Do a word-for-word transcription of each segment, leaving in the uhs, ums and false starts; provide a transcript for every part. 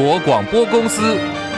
国广播公司。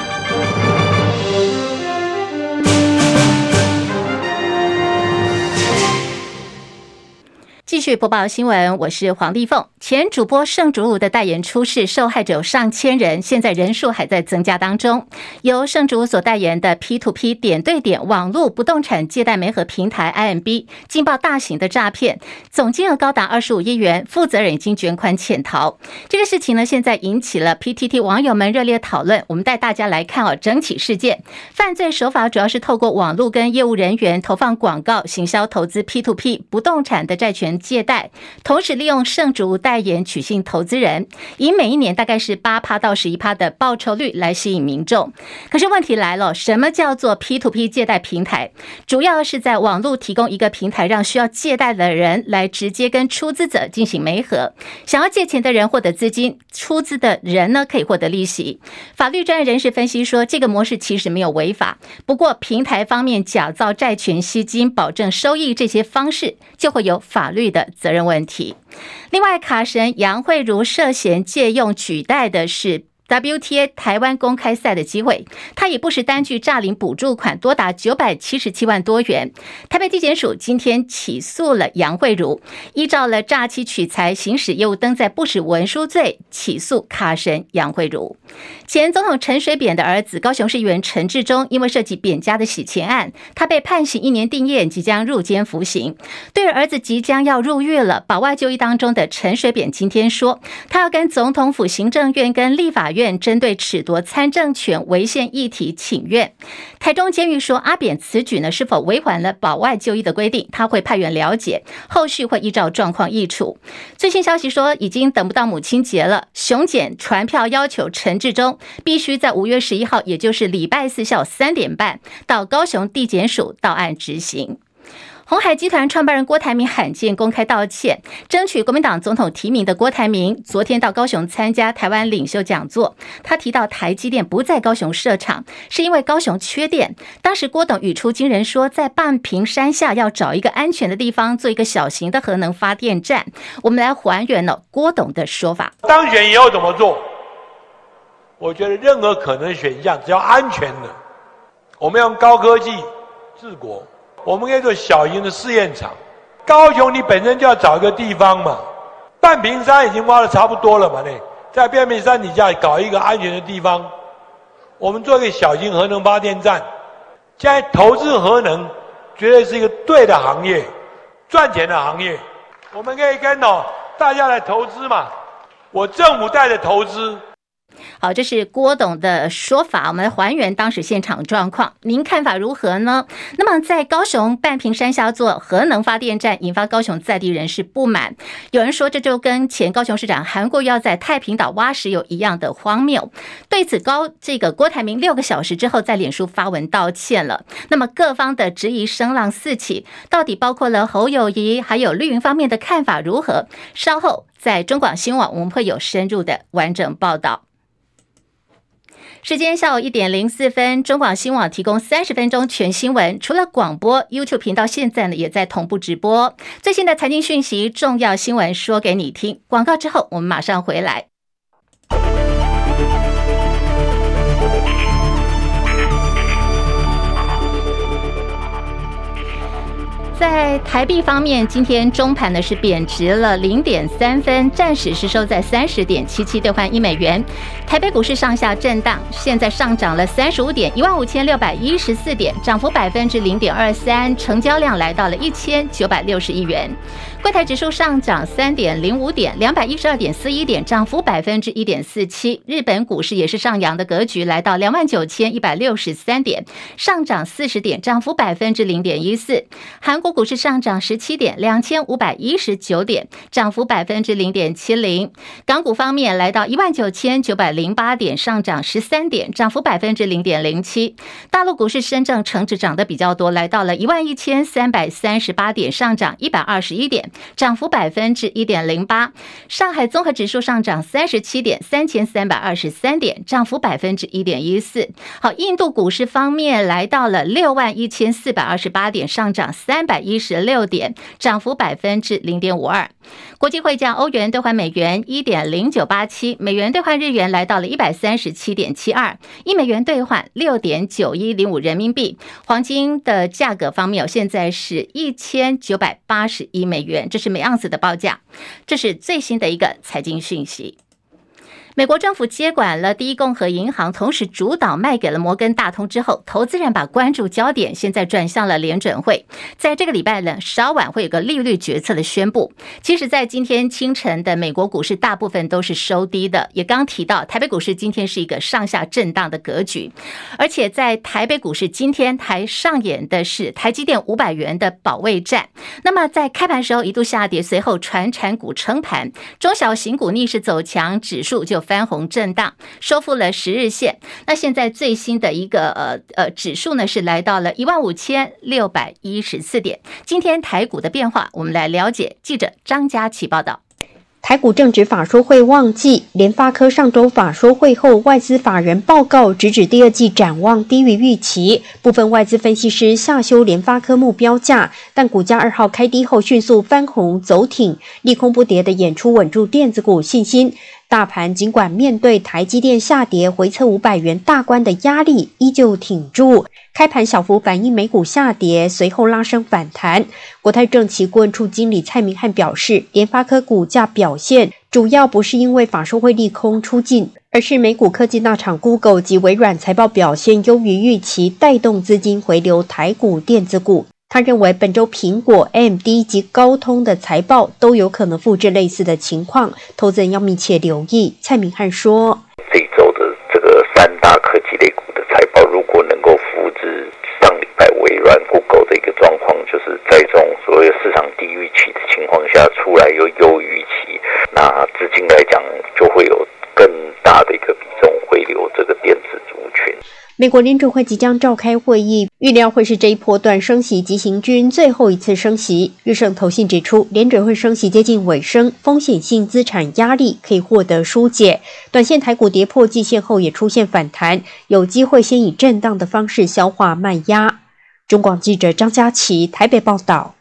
继续播报新闻，我是黄丽凤。前主播盛竹如的代言出事，受害者有上千人，现在人数还在增加当中。由盛竹如所代言的 P to P 点对点网络不动产借贷媒合平台 I M B 劲爆大型的诈骗，总金额高达二十五亿元，负责人已经卷款潜逃。这个事情呢，现在引起了 P T T 网友们热烈讨论。我们带大家来看哦，整起事件犯罪手法主要是透过网络跟业务人员投放广告，行销投资 P to P 不动产的债权借贷，同时利用盛竹代言取信投资人，以每一年大概是 百分之八 到 百分之十一 的报酬率来吸引民众。可是问题来了，什么叫做 P to P 借贷平台？主要是在网络提供一个平台，让需要借贷的人来直接跟出资者进行媒合，想要借钱的人获得资金，出资的人呢可以获得利息。法律专业人士分析说，这个模式其实没有违法，不过平台方面假造债权吸金、保证收益这些方式，就会有法律的责任问题。另外，卡神杨慧如涉嫌借用举贷的是W T A 台湾公开赛的机会，他也不时单据诈领补助款多达九百七十七万多元。台北地检署今天起诉了杨慧如，依照了诈欺取财、行使业务登载不实文书罪起诉卡神杨慧如。前总统陈水扁的儿子高雄市议员陈致中，因为涉及扁家的洗钱案，他被判刑一年定谳，即将入监服刑。对于儿子即将要入狱了，保外就医当中的陈水扁今天说，他要跟总统府行政院跟立法院针对褫夺参政权违宪议题请愿。台中监狱说，阿扁此举呢是否违反了保外就医的规定，他会派员了解，后续会依照状况议处。最新消息说，已经等不到母亲节了，雄检传票要求陈致中必须在五月十一号，也就是礼拜四下午三点半到高雄地检署到案执行。鸿海集团创办人郭台铭罕见公开道歉，争取国民党总统提名的郭台铭昨天到高雄参加台湾领袖讲座，他提到台积电不在高雄设厂，是因为高雄缺电。当时郭董语出惊人说，在半屏山下要找一个安全的地方做一个小型的核能发电站。我们来还原了郭董的说法。 当选以后怎么做？我觉得任何可能选项只要安全的，我们用高科技治国。我们可以做小型的试验场，高雄你本身就要找一个地方嘛，半屏山已经挖得差不多了嘛，呢，在半屏山底下搞一个安全的地方，我们做一个小型核能发电站。现在投资核能绝对是一个对的行业，赚钱的行业，我们可以跟哦大家来投资嘛，我政府带着投资。 好，这是郭董的说法，我们来还原当时现场状况，您看法如何呢？那么在高雄半屏山下做核能发电站，引发高雄在地人士不满，有人说这就跟前高雄市长韩国瑜要在太平岛挖石油一样的荒谬。对此高这个郭台铭六个小时之后在脸书发文道歉了。那么各方的质疑声浪四起，到底包括了侯友宜还有绿营方面的看法如何？稍后在中广新闻网我们会有深入的完整报道。时间下午一点零四分，中广新网提供三十分钟全新闻，除了广播 YouTube 频道现在呢也在同步直播最新的财经讯息、重要新闻说给你听。广告之后我们马上回来。在台币方面，今天中盘呢是贬值了零点三分，暂时是收在三十点七七兑换一美元。台北股市上下震荡，现在上涨了三十五点，一万五千六百一十四点，涨幅百分之零点二三，成交量来到了一千九百六十亿元。柜台指数上涨三点零五点，两百一十二点四一点，涨幅百分之一点四七。日本股市也是上扬的格局，来到两万九千一百六十三点，上涨四十点，涨幅百分之零点一四。韩国股市上涨十七点，两千五百一十九点，涨幅百分之零点七零。港股方面来到一万九千九百零八点，上涨十三点，涨幅百分之零点零七。大陆股市深圳成指涨得比较多，来到了一万一千三百三十八点，上涨一百二十一点，涨幅百分之一点零八。上海综合指数上涨三十七点，三千三百二十三点，涨幅百分之一点一四。好，印度股市方面来到了六万一千四百二十八点，上涨三百百一十六点，涨幅百分之零点五二。国际汇价，欧元兑换美元一点零九八七，美元兑换日元来到了一百三十七点七二，一美元兑换六点九一零五人民币。黄金的价格方面，现在是一千九百八十一美元，这是每盎司的报价。这是最新的一个财经讯息。美国政府接管了第一共和银行，同时主导卖给了摩根大通之后，投资人把关注焦点现在转向了联准会。在这个礼拜呢，稍晚会有个利率决策的宣布。其实在今天清晨的美国股市大部分都是收低的，也刚提到台北股市今天是一个上下震荡的格局，而且在台北股市今天还上演的是台积电五百元的保卫战。那么在开盘时候一度下跌，随后传产股撑盘，中小型股逆势走强，指数就翻红震荡，收复了十日线。那现在最新的一个呃呃指数呢是来到了一万五千六百一十四点。今天台股的变化，我们来了解。记者张佳琪报道。 台股正值法说会旺季，联发科上周法说会后，外资法人报告直指第二季展望低于预期，部分外资分析师下修联发科目标价，但股价二号开低后迅速翻红走挺，利空不跌的演出稳住电子股信心。大盘尽管面对台积电下跌回测五百元大关的压力，依旧挺住。开盘小幅反映美股下跌，随后拉升反弹。国泰证期顾问处经理蔡明汉表示，联发科股价表现主要不是因为法说会利空出尽，而是美股科技大厂 Google 及微软财报表现优于预期，带动资金回流台股电子股。他认为本周苹果、A M D 及高通的财报都有可能复制类似的情况，投资人要密切留意。蔡明汉说， 这一周的这个三大科技类股的财报如果能够复制上礼拜微软 Google 的一个状况，就是在这种所谓市场低预期的情况下出来又优于预期，那资金来讲就会有更大的一个比重回流这个电子族群。 美国联准会即将召开会议，预料会是这一波段升息急行军最后一次升息。日盛投信指出，联准会升息接近尾声，风险性资产压力可以获得疏解。短线台股跌破季线后也出现反弹，有机会先以震荡的方式消化卖压。中广记者张佳琪台北报道。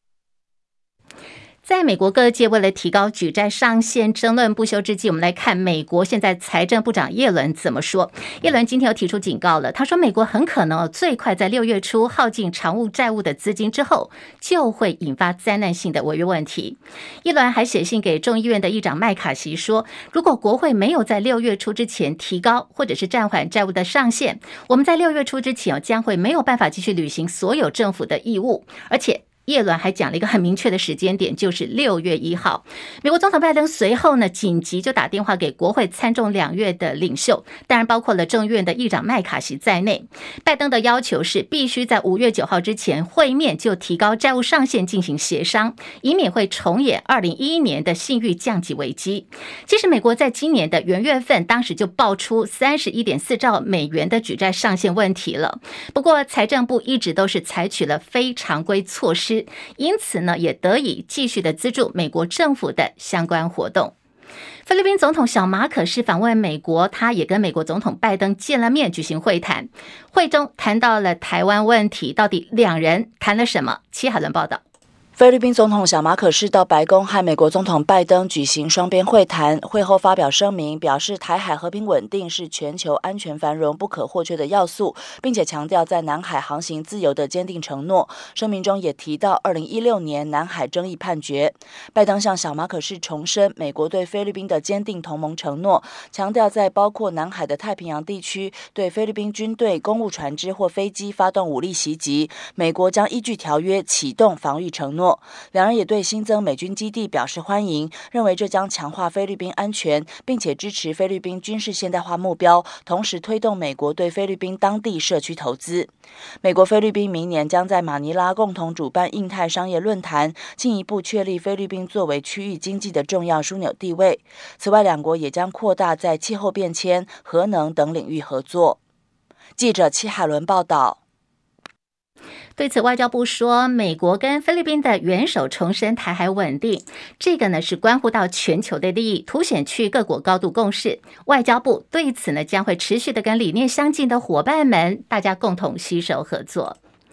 在美国各界为了提高举债上限争论不休之际，我们来看美国现在财政部长耶伦怎么说。耶伦今天又提出警告了，他说美国很可能最快在六月初耗尽常务债务的资金之后，就会引发灾难性的违约问题。耶伦还写信给众议院的议长麦卡锡说，如果国会没有在六月初之前提高或者是暂缓债务的上限，我们在六月初之前将会没有办法继续履行所有政府的义务，而且耶伦还讲了一个很明确的时间点，就是六月一号。美国总统拜登随后呢，紧急就打电话给国会参众两院的领袖，当然包括了众议院的议长麦卡锡在内。拜登的要求是必须在五月九号之前会面，就提高债务上限进行协商，以免会重演二零一一年的信誉降级危机。其实美国在今年的元月份，当时就爆出三十一点四兆美元的举债上限问题了。不过财政部一直都是采取了非常规措施，因此呢，也得以继续的资助美国政府的相关活动。菲律宾总统小马可是访问美国，他也跟美国总统拜登见了面，举行会谈。会中谈到了台湾问题，到底两人谈了什么？戚海伦报道。 菲律宾总统小马可仕到白宫和美国总统拜登举行双边会谈，会后发表声明，表示台海和平稳定是全球安全繁荣不可或缺的要素，并且强调在南海航行自由的坚定承诺。声明中也提到二零一六年南海争议判决。拜登向小马可仕重申美国对菲律宾的坚定同盟承诺，强调在包括南海的太平洋地区对菲律宾军队、公务船只或飞机发动武力袭击，美国将依据条约启动防御承诺。两人也对新增美军基地表示欢迎，认为这将强化菲律宾安全，并且支持菲律宾军事现代化目标，同时推动美国对菲律宾当地社区投资。美国菲律宾明年将在马尼拉共同主办印太商业论坛，进一步确立菲律宾作为区域经济的重要枢纽地位。此外，两国也将扩大在气候变迁、核能等领域合作。记者戚海伦报道。 对此，外交部说，美国跟菲律宾的元首重申台海稳定，这个呢是关乎到全球的利益，凸显区域各国高度共识。外交部对此呢将会持续的跟理念相近的伙伴们，大家共同携手合作。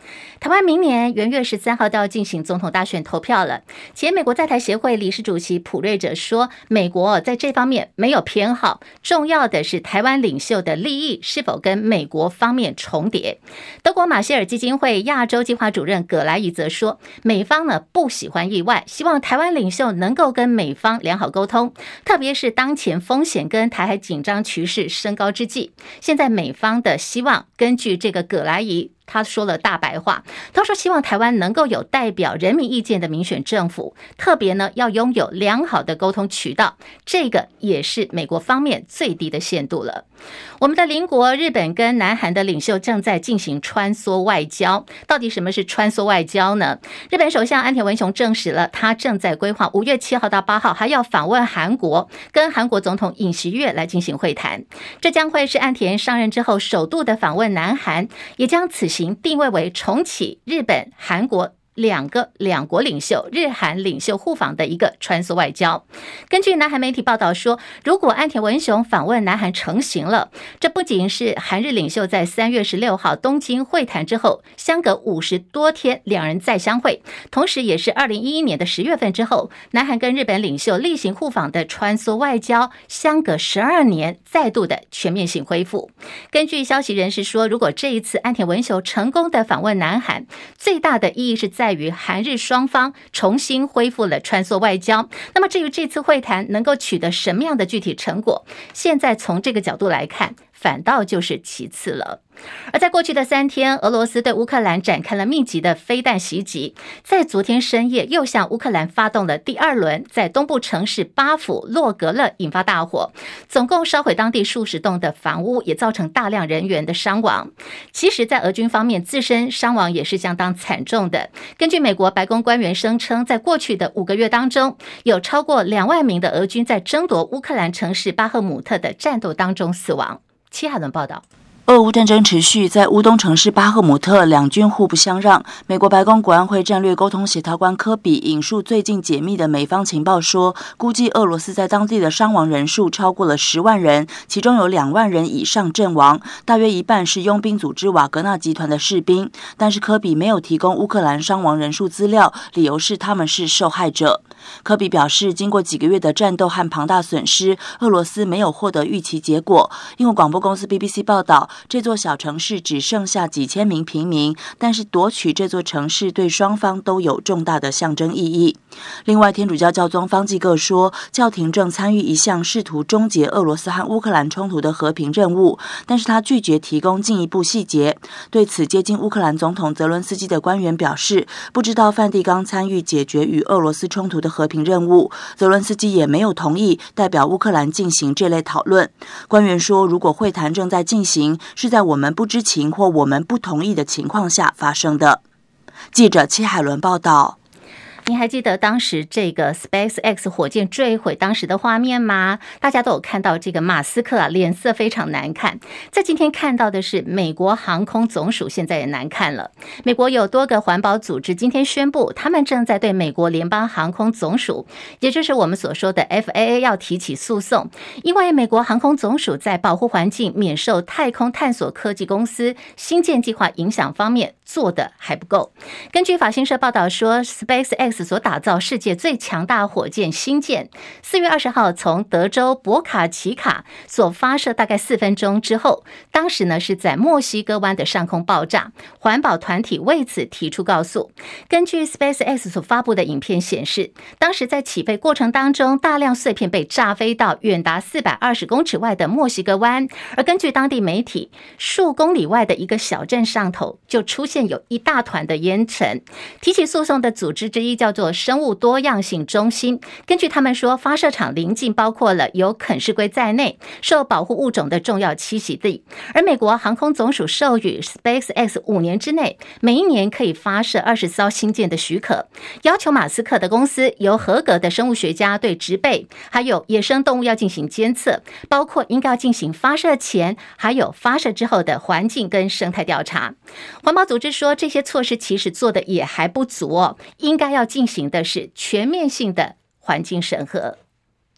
台湾明年元月十三号都要进行总统大选投票了。前美国在台协会理事主席普瑞哲说，美国在这方面没有偏好，重要的是台湾领袖的利益是否跟美国方面重叠。德国马歇尔基金会亚洲计划主任葛莱仪则说，美方呢不喜欢意外，希望台湾领袖能够跟美方良好沟通，特别是当前风险跟台海紧张趋势升高之际，现在美方的希望，根据这个葛莱仪他说了大白话，他说希望台湾能够有代表人民意见的民选政府，特别呢要拥有良好的沟通渠道，这个也是美国方面最低的限度了。我们的邻国日本跟南韩的领袖正在进行穿梭外交，到底什么是穿梭外交呢？日本首相岸田文雄证实了，他正在规划五月七号到八号还要访问韩国，跟韩国总统尹锡悦来进行会谈，这将会是岸田上任之后首度的访问南韩，也将此行定位为重启日本、韩国两个两国领袖日韩领袖互访的一个穿梭外交。根据南韩媒体报道说，如果岸田文雄访问南韩成行了，这不仅是韩日领袖在三月十六号东京会谈之后相隔五十多天两人再相会，同时也是二零一一年的十月份之后南韩跟日本领袖例行互访的穿梭外交相隔十二年再度的全面性恢复。根据消息人士说，如果这一次岸田文雄成功的访问南韩，最大的意义是在在于韩日双方重新恢复了穿梭外交。那么至于这次会谈能够取得什么样的具体成果，现在从这个角度来看，反倒就是其次了。而在过去的三天，俄罗斯对乌克兰展开了密集的飞弹袭击，在昨天深夜又向乌克兰发动了第二轮，在东部城市巴甫洛格勒引发大火，总共烧毁当地数十栋的房屋，也造成大量人员的伤亡。其实在俄军方面，自身伤亡也是相当惨重的。根据美国白宫官员声称，在过去的五个月当中，有超过两万名的俄军在争夺乌克兰城市巴赫姆特的战斗当中死亡。戚海伦报道。 俄乌战争持续，在乌东城市巴赫姆特，两军互不相让。美国白宫国安会战略沟通协调官科比引述最近解密的美方情报说，估计俄罗斯在当地的伤亡人数超过了十万人，其中有两万人以上阵亡，大约一半是佣兵组织瓦格纳集团的士兵。但是科比没有提供乌克兰伤亡人数资料，理由是他们是受害者。科比表示，经过几个月的战斗和庞大损失，俄罗斯没有获得预期结果。英国广播公司 B B C 报道，这座小城市只剩下几千名平民，但是夺取这座城市对双方都有重大的象征意义。另外，天主教教宗方济各说，教廷正参与一项试图终结俄罗斯和乌克兰冲突的和平任务，但是他拒绝提供进一步细节。对此，接近乌克兰总统泽伦斯基的官员表示，不知道梵蒂冈参与解决与俄罗斯冲突的和平任务，泽伦斯基也没有同意代表乌克兰进行这类讨论。官员说，如果会谈正在进行，是在我们不知情或我们不同意的情况下发生的。记者戚海伦报道。 您还记得当时这个 SpaceX 火箭坠毁当时的画面吗？大家都有看到这个马斯克啊，脸色非常难看。在今天看到的是美国航空总署现在也难看了。美国有多个环保组织今天宣布，他们正在对美国联邦航空总署，也就是我们所说的 F A A 要提起诉讼，因为美国航空总署在保护环境、免受太空探索科技公司新建计划影响方面做的还不够。根据法新社报道说， SpaceX所打造世界最强大火箭星舰，四月二十号从德州博卡奇卡所发射大概四分钟之后，当时呢是在墨西哥湾的上空爆炸，环保团体为此提出告诉。根据 SpaceX 所发布的影片显示，当时在起飞过程当中，大量碎片被炸飞到远达四百二十公尺外的墨西哥湾，而根据当地媒体，数公里外的一个小镇上头就出现有一大团的烟尘。提起诉讼的组织之一叫做生物多样性中心，根据他们说，发射场邻近包括了有肯氏龟在内受保护物种的重要栖息地，而美国航空总署授予 SpaceX 五年之内每一年可以发射二十艘星舰的许可，要求马斯克的公司由合格的生物学家对植被还有野生动物要进行监测，包括应该要进行发射前还有发射之后的环境跟生态调查。环保组织说，这些措施其实做的也还不足哦，应该要进行的是全面性的环境审核。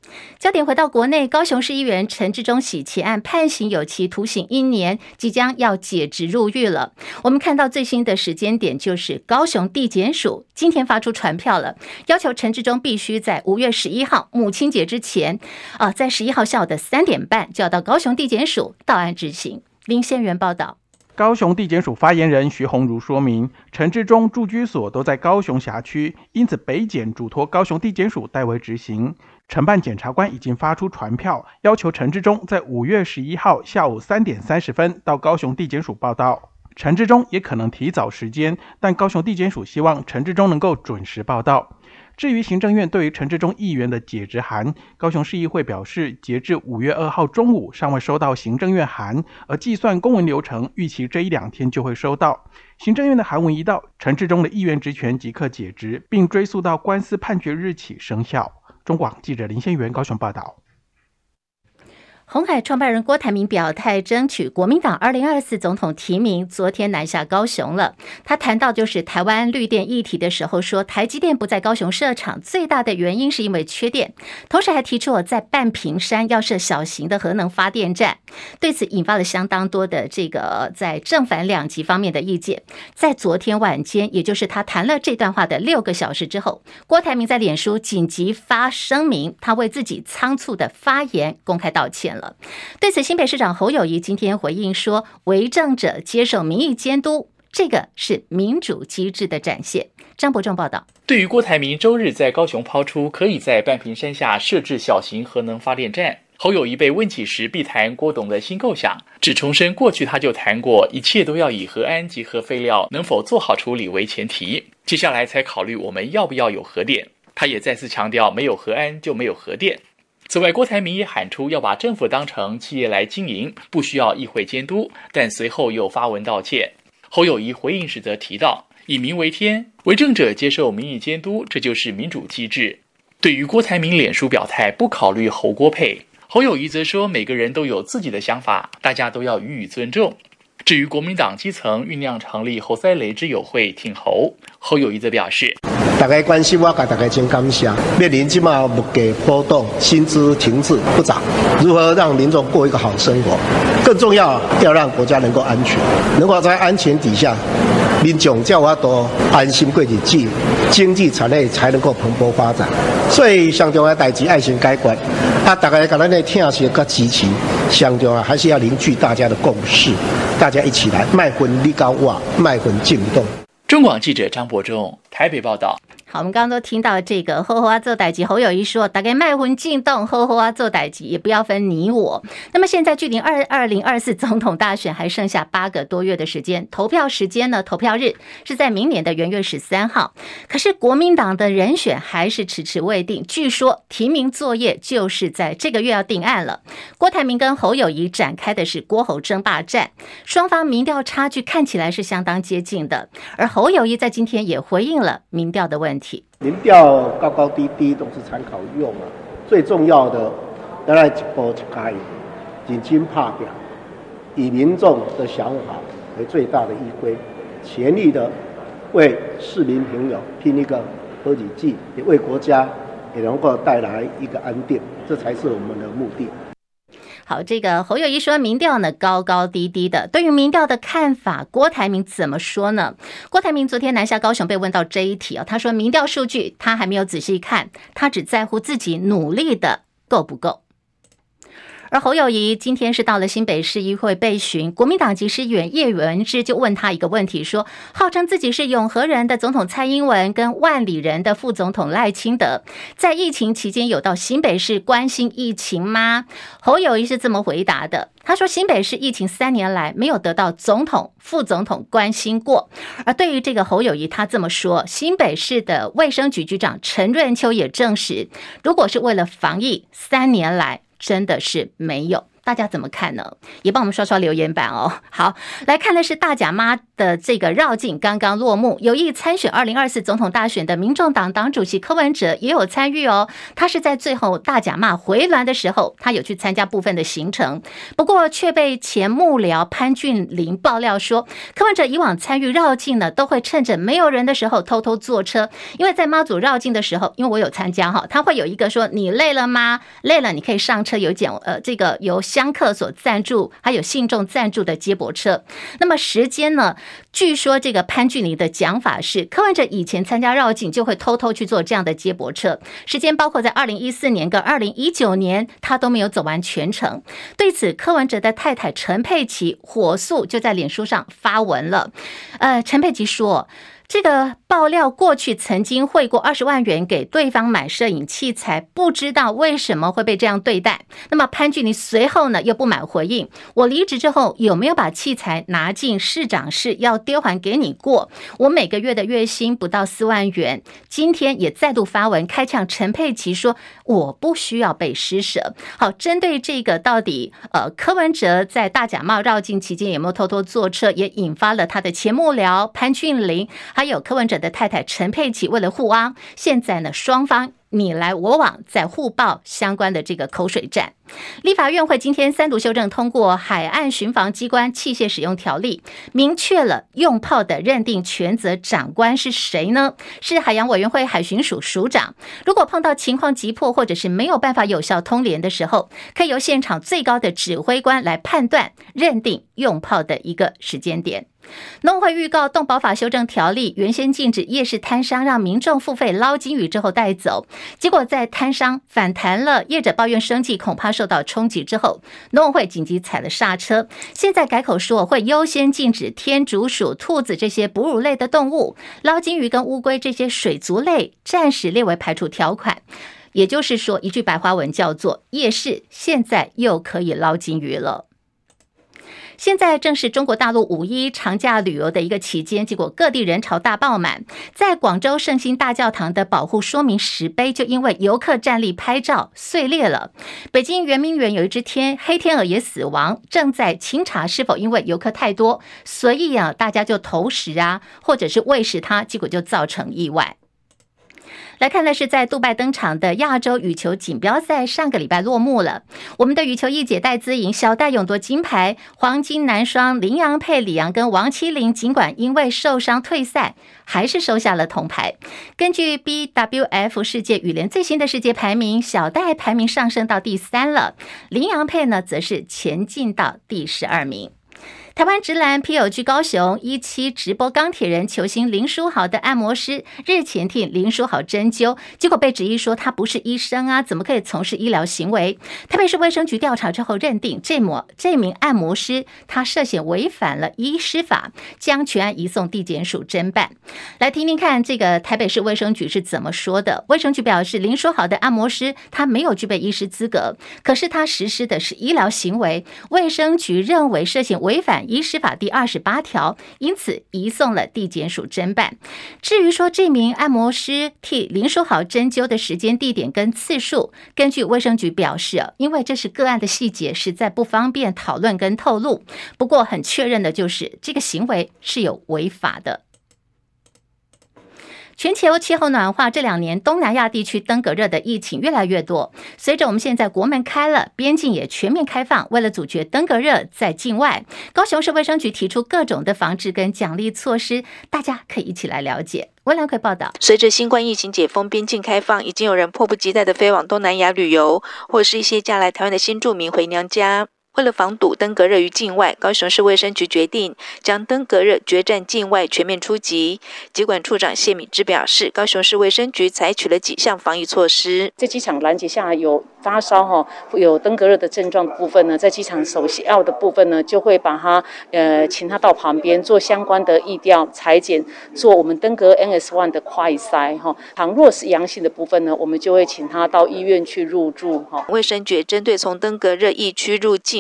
焦点回到国内，高雄市议员陈志忠洗钱案判刑有期徒刑一年，即将要解职入狱了。我们看到最新的时间点，就是高雄地检署今天发出传票了，要求陈志忠必须在五月十一号母亲节之前，啊，在十一号下午的三点半就要到高雄地检署到案执行。林宪元报道。 高雄地检署发言人徐鸿儒说明，陈志忠住居所都在高雄辖区，因此北检嘱托高雄地检署代为执行。承办检察官已经发出传票，要求陈志忠在五月十一号下午三点三十分到高雄地检署报到。陈志忠也可能提早时间，但高雄地检署希望陈志忠能够准时报到。至于行政院对于陈志忠议员的解职函，高雄市议会表示，截至五月二号中午尚未收到行政院函，而计算公文流程，预期这一两天就会收到。行政院的函文一到，陈志忠的议员职权即刻解职，并追溯到官司判决日起生效。中广记者林宪元高雄报道。 鸿海创办人郭台铭表态争取国民党二零二四总统提名，昨天南下高雄了。他谈到就是台湾绿电议题的时候说，台积电不在高雄设厂最大的原因是因为缺电，同时还提出我在半屏山要设小型的核能发电站。对此引发了相当多的这个在正反两极方面的意见。在昨天晚间，也就是他谈了这段话的六个小时之后，郭台铭在脸书紧急发声明，他为自己仓促的发言公开道歉了。对此，新北市长侯友宜今天回应说，为政者接受民意监督，这个是民主机制的展现。张伯仲报道。 对于郭台铭周日在高雄抛出可以在半屏山下设置小型核能发电站，侯友宜被问起时必谈郭董的新构想，只重申过去他就谈过，一切都要以核安及核废料能否做好处理为前提，接下来才考虑我们要不要有核电。他也再次强调，没有核安就没有核电。此外，郭台铭也喊出要把政府当成企业来经营，不需要议会监督，但随后又发文道歉。侯友宜回应时则提到，以民为天，为政者接受民意监督，这就是民主机制。对于郭台铭脸书表态不考虑侯郭配，侯友宜则说每个人都有自己的想法，大家都要予以尊重。至于国民党基层酝酿成立侯赛雷之友会挺侯，侯友宜则表示， 大家关心我，给大家真感谢。面临今嘛物价波动，薪资停滞不涨，如何让民众过一个好生活？更重要，要让国家能够安全，能够在安全底下，民众才有多安心过日子，经济产业才能够蓬勃发展。所以上重要的代志爱先解决，啊，大家给咱的听是跟支持，上重要还是要凝聚大家的共识，大家一起来，卖分你高我，卖分进动。 中广记者张伯仲台北报道。 好，我们刚刚都听到这个后后啊做代级，侯友宜说大概卖魂进动，后后啊做代级也不要分你我。那么现在距离二二零二四总统大选还剩下八个多月的时间，投票时间呢？投票日是在明年的元月十三号。可是国民党的人选还是迟迟未定，据说提名作业就是在这个月要定案了。郭台铭跟侯友宜展开的是郭侯争霸战，双方民调差距看起来是相当接近的。而侯友宜在今天也回应了民调的问题。 民调高高低低都是参考用啊，最重要的当然一步一开，认真拍拼，以民众的想法为最大的依归，全力的为市民朋友拼一个好日子，也为国家也能够带来一个安定，这才是我们的目的。 好，这个侯友宜说民调呢高高低低的，对于民调的看法，郭台铭怎么说呢？郭台铭昨天南下高雄被问到这一题啊，他说民调数据他还没有仔细看，他只在乎自己努力的够不够。而侯友宜今天是到了新北市议会备询，国民党籍市议员叶元之就问他一个问题，说号称自己是永和人的总统蔡英文跟万里人的副总统赖清德，在疫情期间有到新北市关心疫情吗？侯友宜是这么回答的，他说新北市疫情三年来没有得到总统副总统关心过。而对于这个侯友宜他这么说，新北市的卫生局局长陈润秋也证实，如果是为了防疫，三年来真的是没有。大家怎么看呢？也帮我们刷刷留言板哦。好，来看的是大甲妈的这个绕境刚刚落幕，有意参选二零二四总统大选的民众党党主席柯文哲也有参与哦。他是在最后大甲妈回銮的时候，他有去参加部分的行程，不过却被前幕僚潘俊麟爆料说，柯文哲以往参与绕境呢，都会趁着没有人的时候偷偷坐车，因为在妈祖绕境的时候，因为我有参加哈，他会有一个说你累了吗？累了你可以上车，有讲呃这个由香客所赞助，还有信众赞助的接驳车。那么时间呢？据说这个潘俊麟的讲法是，柯文哲以前参加绕境就会偷偷去做这样的接驳车，时间包括在二零一四年跟二零一九年，他都没有走完全程。对此，柯文哲的太太陈佩琪火速就在脸书上发文了。呃，陈佩琪说，这个爆料过去曾经汇过二十万元给对方买摄影器材，不知道为什么会被这样对待。那么潘俊麟随后呢又不满回应，我离职之后有没有把器材拿进市长室要丢还给你过？我每个月的月薪不到四万元。今天也再度发文开呛陈佩琪说，我不需要被施舍。好，针对这个到底呃柯文哲在大甲妈绕境期间有没有偷偷坐车，也引发了他的前幕僚潘俊麟还有柯文哲的太太陈佩琪为了互凹，现在呢双方你来我往，在互爆相关的这个口水战。立法院会今天三读修正通过海岸巡防机关器械使用条例，明确了用炮的认定权责长官是谁呢？是海洋委员会海巡署署长。如果碰到情况急迫或者是没有办法有效通联的时候，可以由现场最高的指挥官来判断认定用炮的一个时间点。农会预告动保法修正条例原先禁止夜市摊商让民众付费捞金鱼之后带走，结果在摊商反弹了，业者抱怨生计恐怕受到冲击之后，农会紧急踩了刹车，现在改口说会优先禁止天竺鼠、兔子这些哺乳类的动物，捞金鱼跟乌龟这些水族类暂时列为排除条款。也就是说，一句白话文叫做夜市现在又可以捞金鱼了。现在正是中国大陆五一长假旅游的一个期间，结果各地人潮大爆满，在广州圣心大教堂的保护说明石碑就因为游客站立拍照碎裂了。北京圆明园有一只天黑天鹅也死亡，正在清查是否因为游客太多，所以啊大家就投食啊，或者是喂食它，结果就造成意外。来看的是在杜拜登场的亚洲羽球锦标赛上个礼拜落幕了，我们的羽球一姐戴资颖小戴勇夺金牌，黄金男双林洋配李洋跟王麒麟尽管因为受伤退赛，还是收下了铜牌。根据 B W F 世界羽联最新的世界排名，小戴排名上升到第三了，林洋配呢则是前进到第十二名。台湾职篮 P L G 高雄一期直播钢铁人球星林书豪的按摩师日前替林书豪针灸，结果被质疑说他不是医生啊，怎么可以从事医疗行为？台北市卫生局调查之后认定这模这名按摩师他涉嫌违反了医师法，将全案移送地检署侦办。来听听看这个台北市卫生局是怎么说的。卫生局表示，林书豪的按摩师他没有具备医师资格，可是他实施的是医疗行为，卫生局认为涉嫌违反医师法第二十八条，因此移送了地检署侦办。至于说这名按摩师替林书豪针灸的时间、地点跟次数，根据卫生局表示，因为这是个案的细节，实在不方便讨论跟透露。不过很确认的就是这个行为是有违法的。全球气候暖化，这两年东南亚地区登革热的疫情越来越多。随着我们现在国门开了，边境也全面开放，为了阻绝登革热在境外，高雄市卫生局提出各种的防治跟奖励措施，大家可以一起来了解。温良奎报道。 随着新冠疫情解封、边境开放，已经有人迫不及待的飞往东南亚旅游，或是一些嫁来台湾的新住民回娘家。为了防堵登革热于境外，高雄市卫生局决定将登革热决战境外全面出击。疾管处长谢敏之表示，高雄市卫生局采取了几项防疫措施。 在机场拦截下来有发烧有登革热的症状的部分呢，在机场首要的部分呢，就会把他呃请他到旁边做相关的疫调采检，做我们登革 N S 一 的快筛哈。倘若是阳性的部分呢，我们就会请他到医院去入住哈。 卫生局针对从登革热疫区入境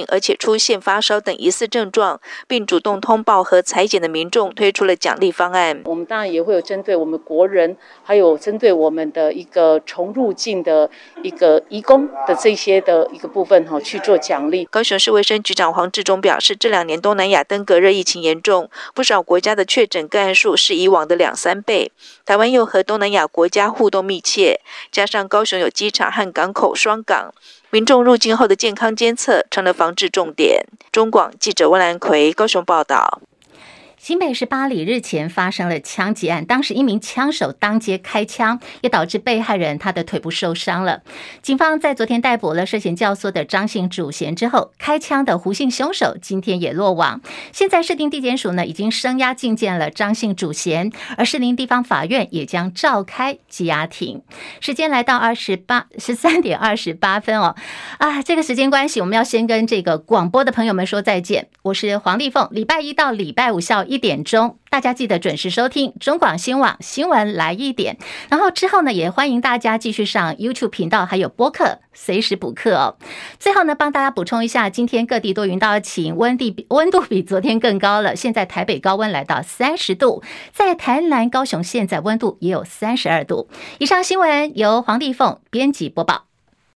而且出现发烧等疑似症状，并主动通报和采检的民众推出了奖励方案。 我们当然也会有针对我们国人，还有针对我们的一个重入境的一个移工的这些的一个部分哈去做奖励。 高雄市卫生局长黄志忠表示，这两年东南亚登革热疫情严重，不少国家的确诊个案数是以往的两三倍。台湾又和东南亚国家互动密切，加上高雄有机场和港口双港，民众入境后的健康监测成了防治重点。中广记者温兰奎高雄报道。 新北市八里日前发生了枪击案，当时一名枪手当街开枪，也导致被害人他的腿部受伤了。警方在昨天逮捕了涉嫌教唆的张姓主嫌之后，开枪的胡姓凶手今天也落网。现在市定地检署呢已经声押禁见了张姓主嫌，而士林地方法院也将召开羁押庭。时间来到二十八十三点二十八分哦，啊，这个时间关系，我们要先跟这个广播的朋友们说再见。我是黄丽凤，礼拜一到礼拜五下午一点钟，大家记得准时收听中广新网新闻来一点。然后之后呢，也欢迎大家继续上 YouTube 频道，还有播客随时补课哦。最后呢，帮大家补充一下，今天各地多云到晴，温地温度比昨天更高了。现在台北高温来到三十度，在台南、高雄现在温度也有三十二度。以上新闻由黄丽凤编辑播报。